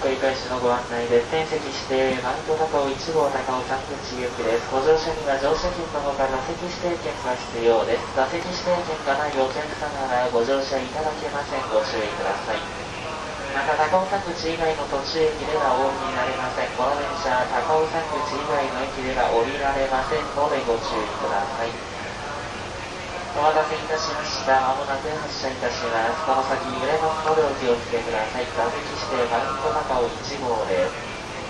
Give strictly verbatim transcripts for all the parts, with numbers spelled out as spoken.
繰り返しのご案内です。転席指定マウント高尾いち号高尾山口行きです。ご乗車には乗車券のほか座席指定券が必要です。座席指定券がないお客様はご乗車いただけません。ご注意ください。また高尾山口以外の途中駅ではお降りになれません。この電車高尾山口以外の駅では降りられませんのでご注意ください。お待たせいたしました。まもなく発車いたします。この先揺れますのでお気をつけください。座席指定マウント高尾いち号です。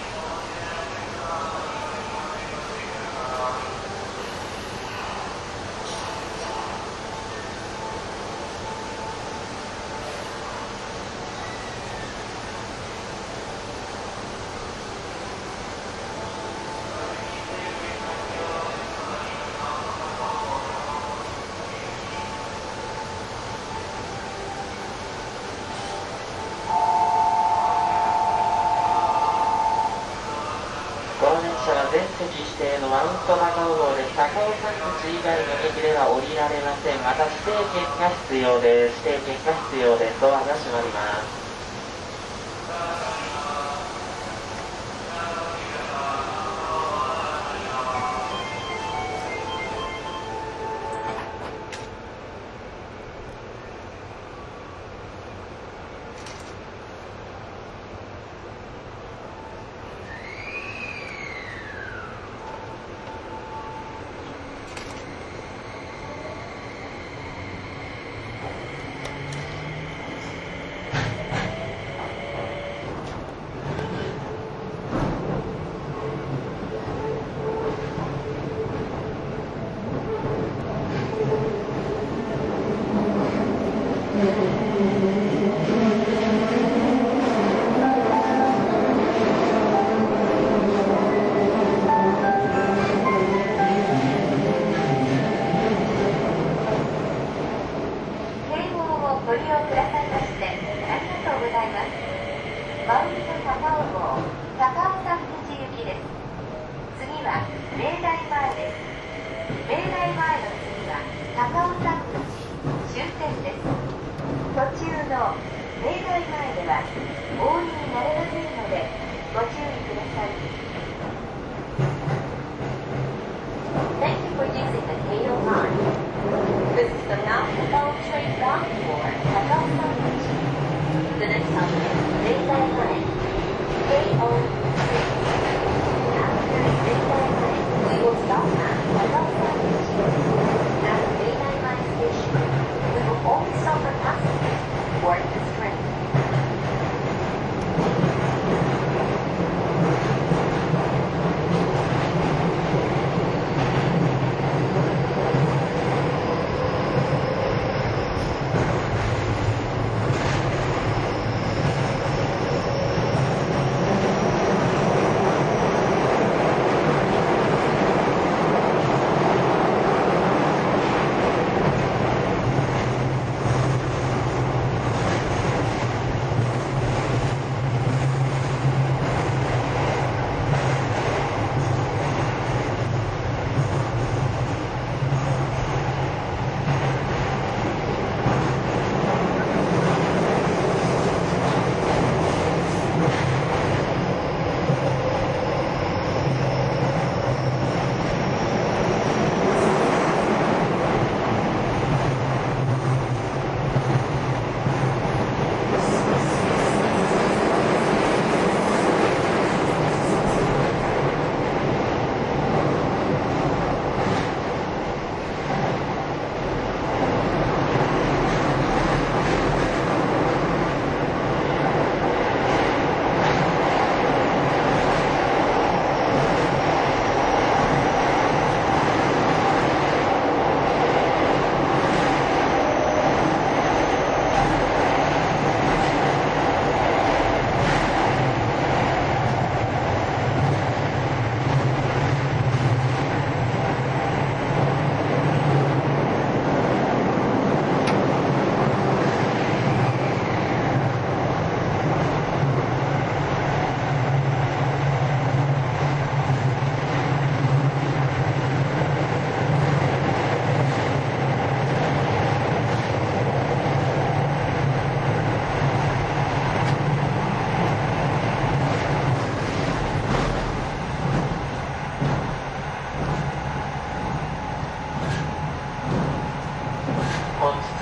全席指定のマウント高尾号です。高尾山口以外の駅では降りられません。また指定券が必要です。指定券が必要です。ドアが閉まります。ご利用くださいましてありがとうございます。マウント高尾号高尾山口行きです。次は明大前です。明大前の次は高尾山口終点です。途中の明大前ではお降りになれませんのでご注意ください。Thank you for using the K O line. This is the Mount Takao train bound for Takao Sanguchi. The next stop is Meidai Line, K O six. After Meidai Line, we will stop at Takao Sanguchi. At Meidai Line station, we will only stop for passengers board this train.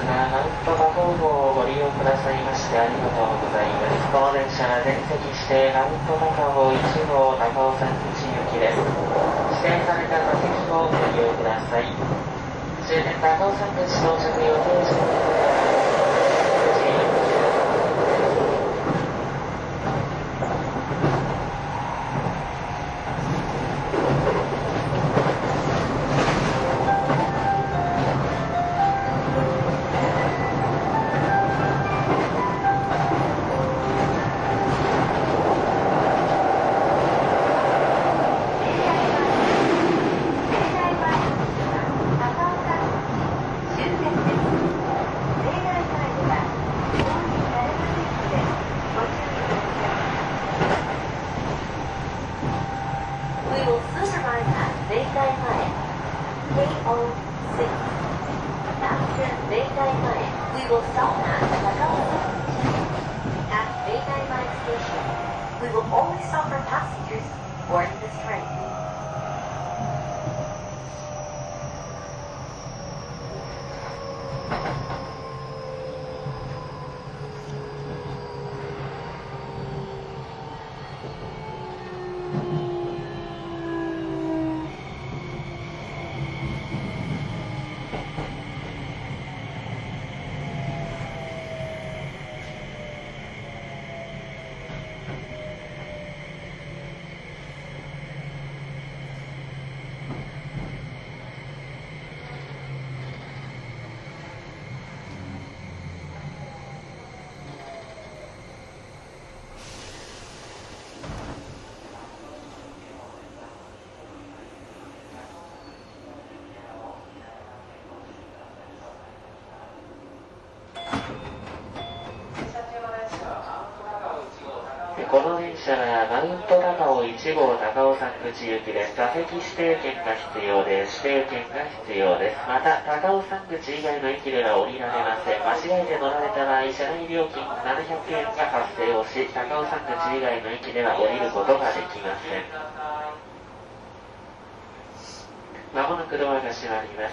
が、マウント馬方号をご利用くださいましてありがとうございます。この電車は全席指定マウント高尾いち号高尾山口行きです。指定された座席をご利用ください。終点高尾山口到着予定時刻この電車はマウント高尾いち号高尾山口行きです。座席指定券が必要です。指定券が必要です。また、高尾山口以外の駅では降りられません。間違えて乗られた場合、車内料金ななひゃくえんが発生をし、高尾山口以外の駅では降りることができません。まもなくドアが閉まります。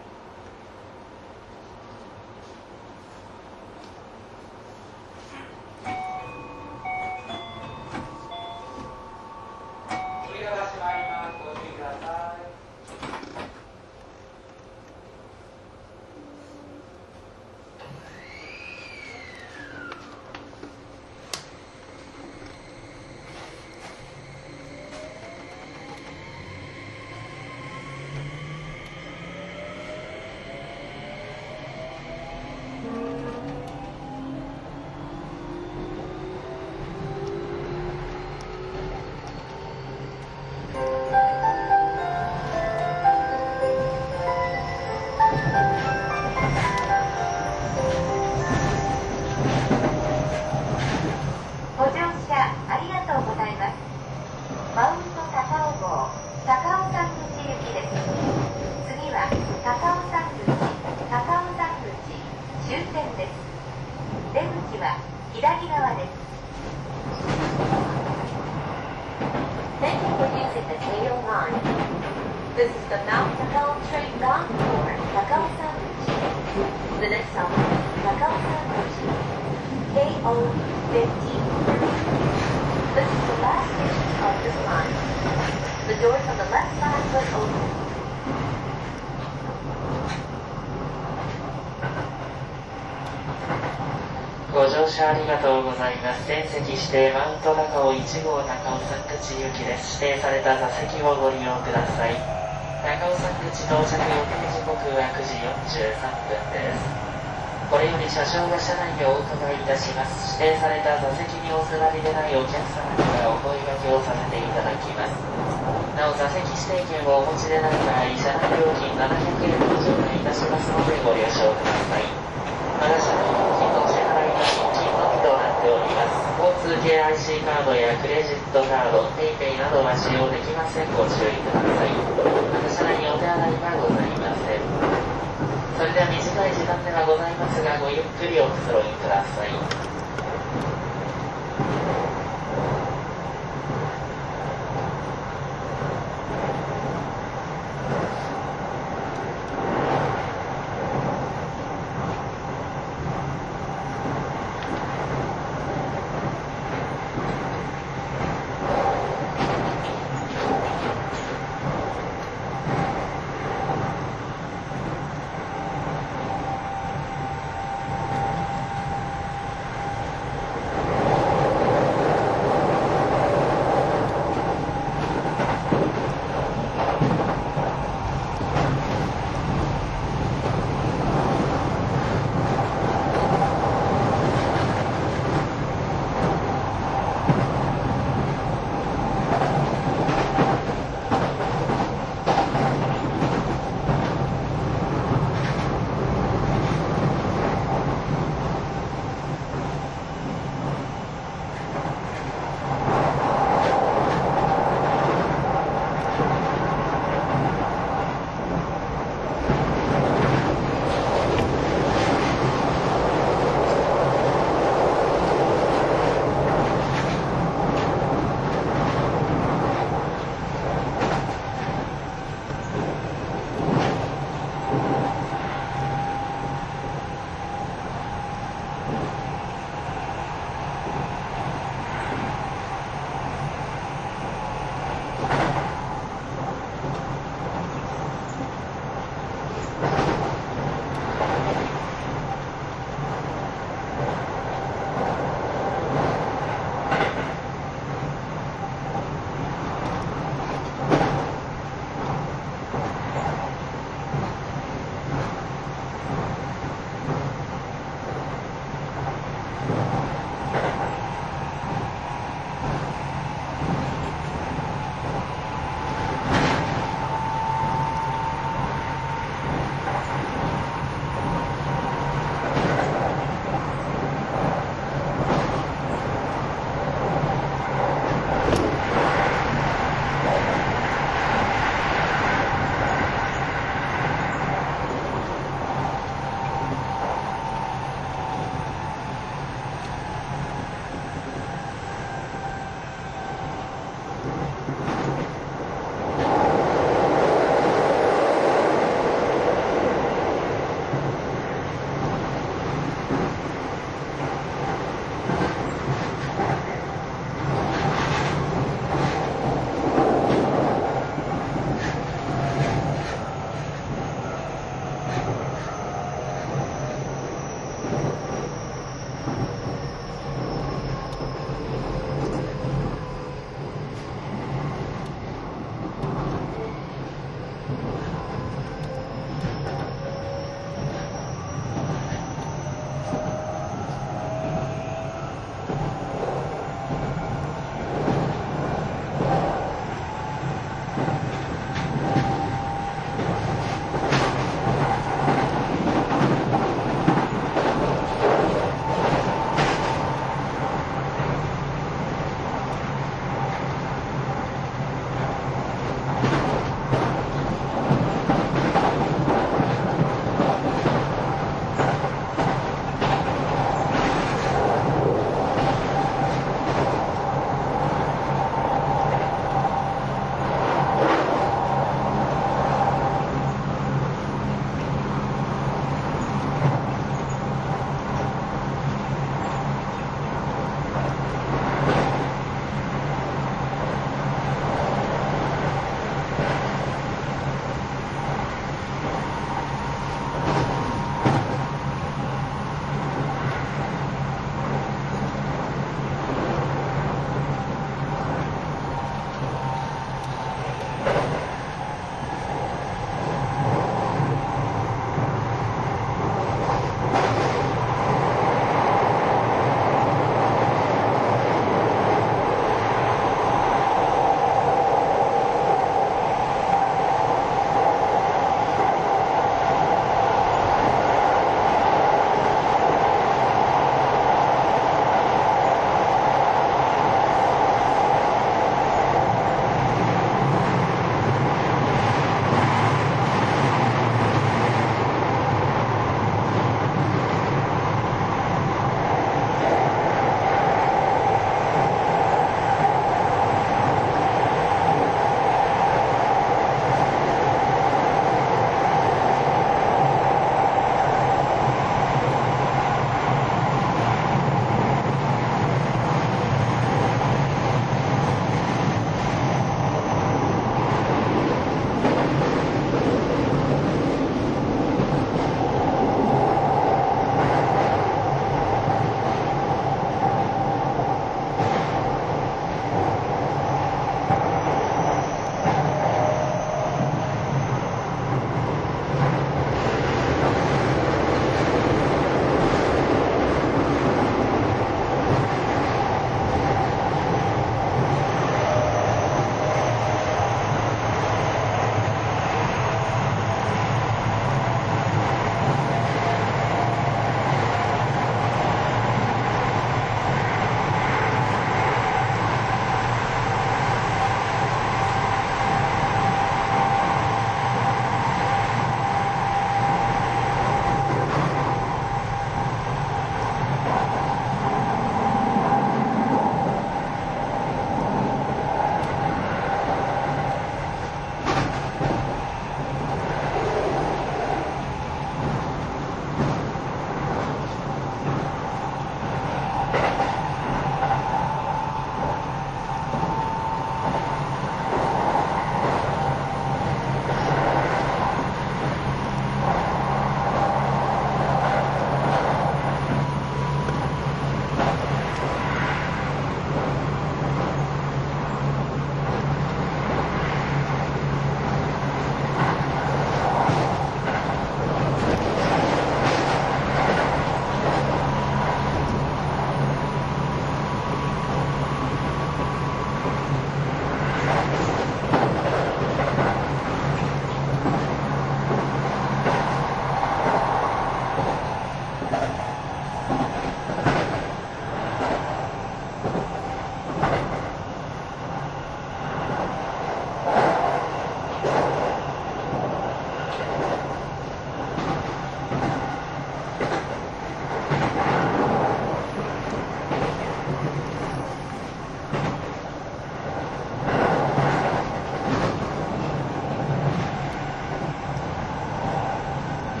ご乗車ありがとうございます。全席指定マウント高尾いち号高尾山口行きです。指定された座席をご利用ください。高尾山口到着予定時刻はくじよんじゅうさんぷんです。これより車掌が車内をお伺いいたします。指定された座席にお座りでないお客様にはお声掛けをさせていただきます。なお座席指定券をお持ちでない場合、車内料金ななひゃくえんを頂戴いたしますのでご了承ください。また車内料金の支払いは現金のみとなっております。交通系 アイシー カードやクレジットカード、PayPay などは使用できません。ご注意ください。また車内にお手洗いはございません。それでは短い時間ではございますが、ごゆっくりおくつろぎください。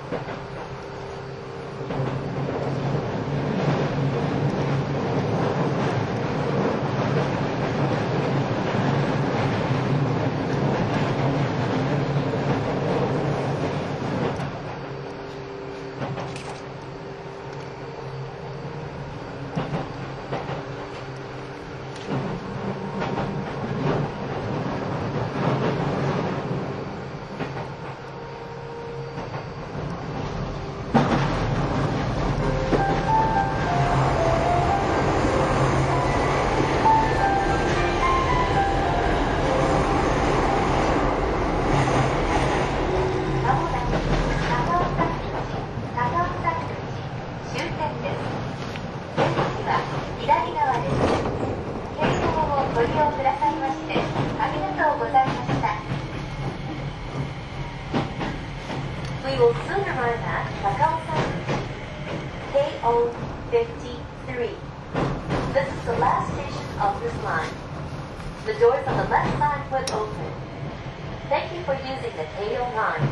We will soon arrive at Takao-san, K O fifty-three. This is the last station of this line. The doors on the left side will open. Thank you for using the K O line.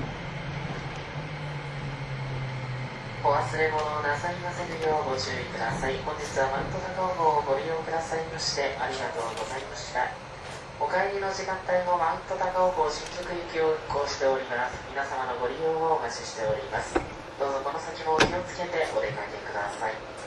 お忘れ物をなさいませぬようご注意ください。本日はマント高尾号をご利用くださいましてありがとうございました。お帰りの時間帯もマウント高尾号新宿行きを運行しております。皆様のご利用をお待ちしております。どうぞこの先もお気をつけてお出かけください。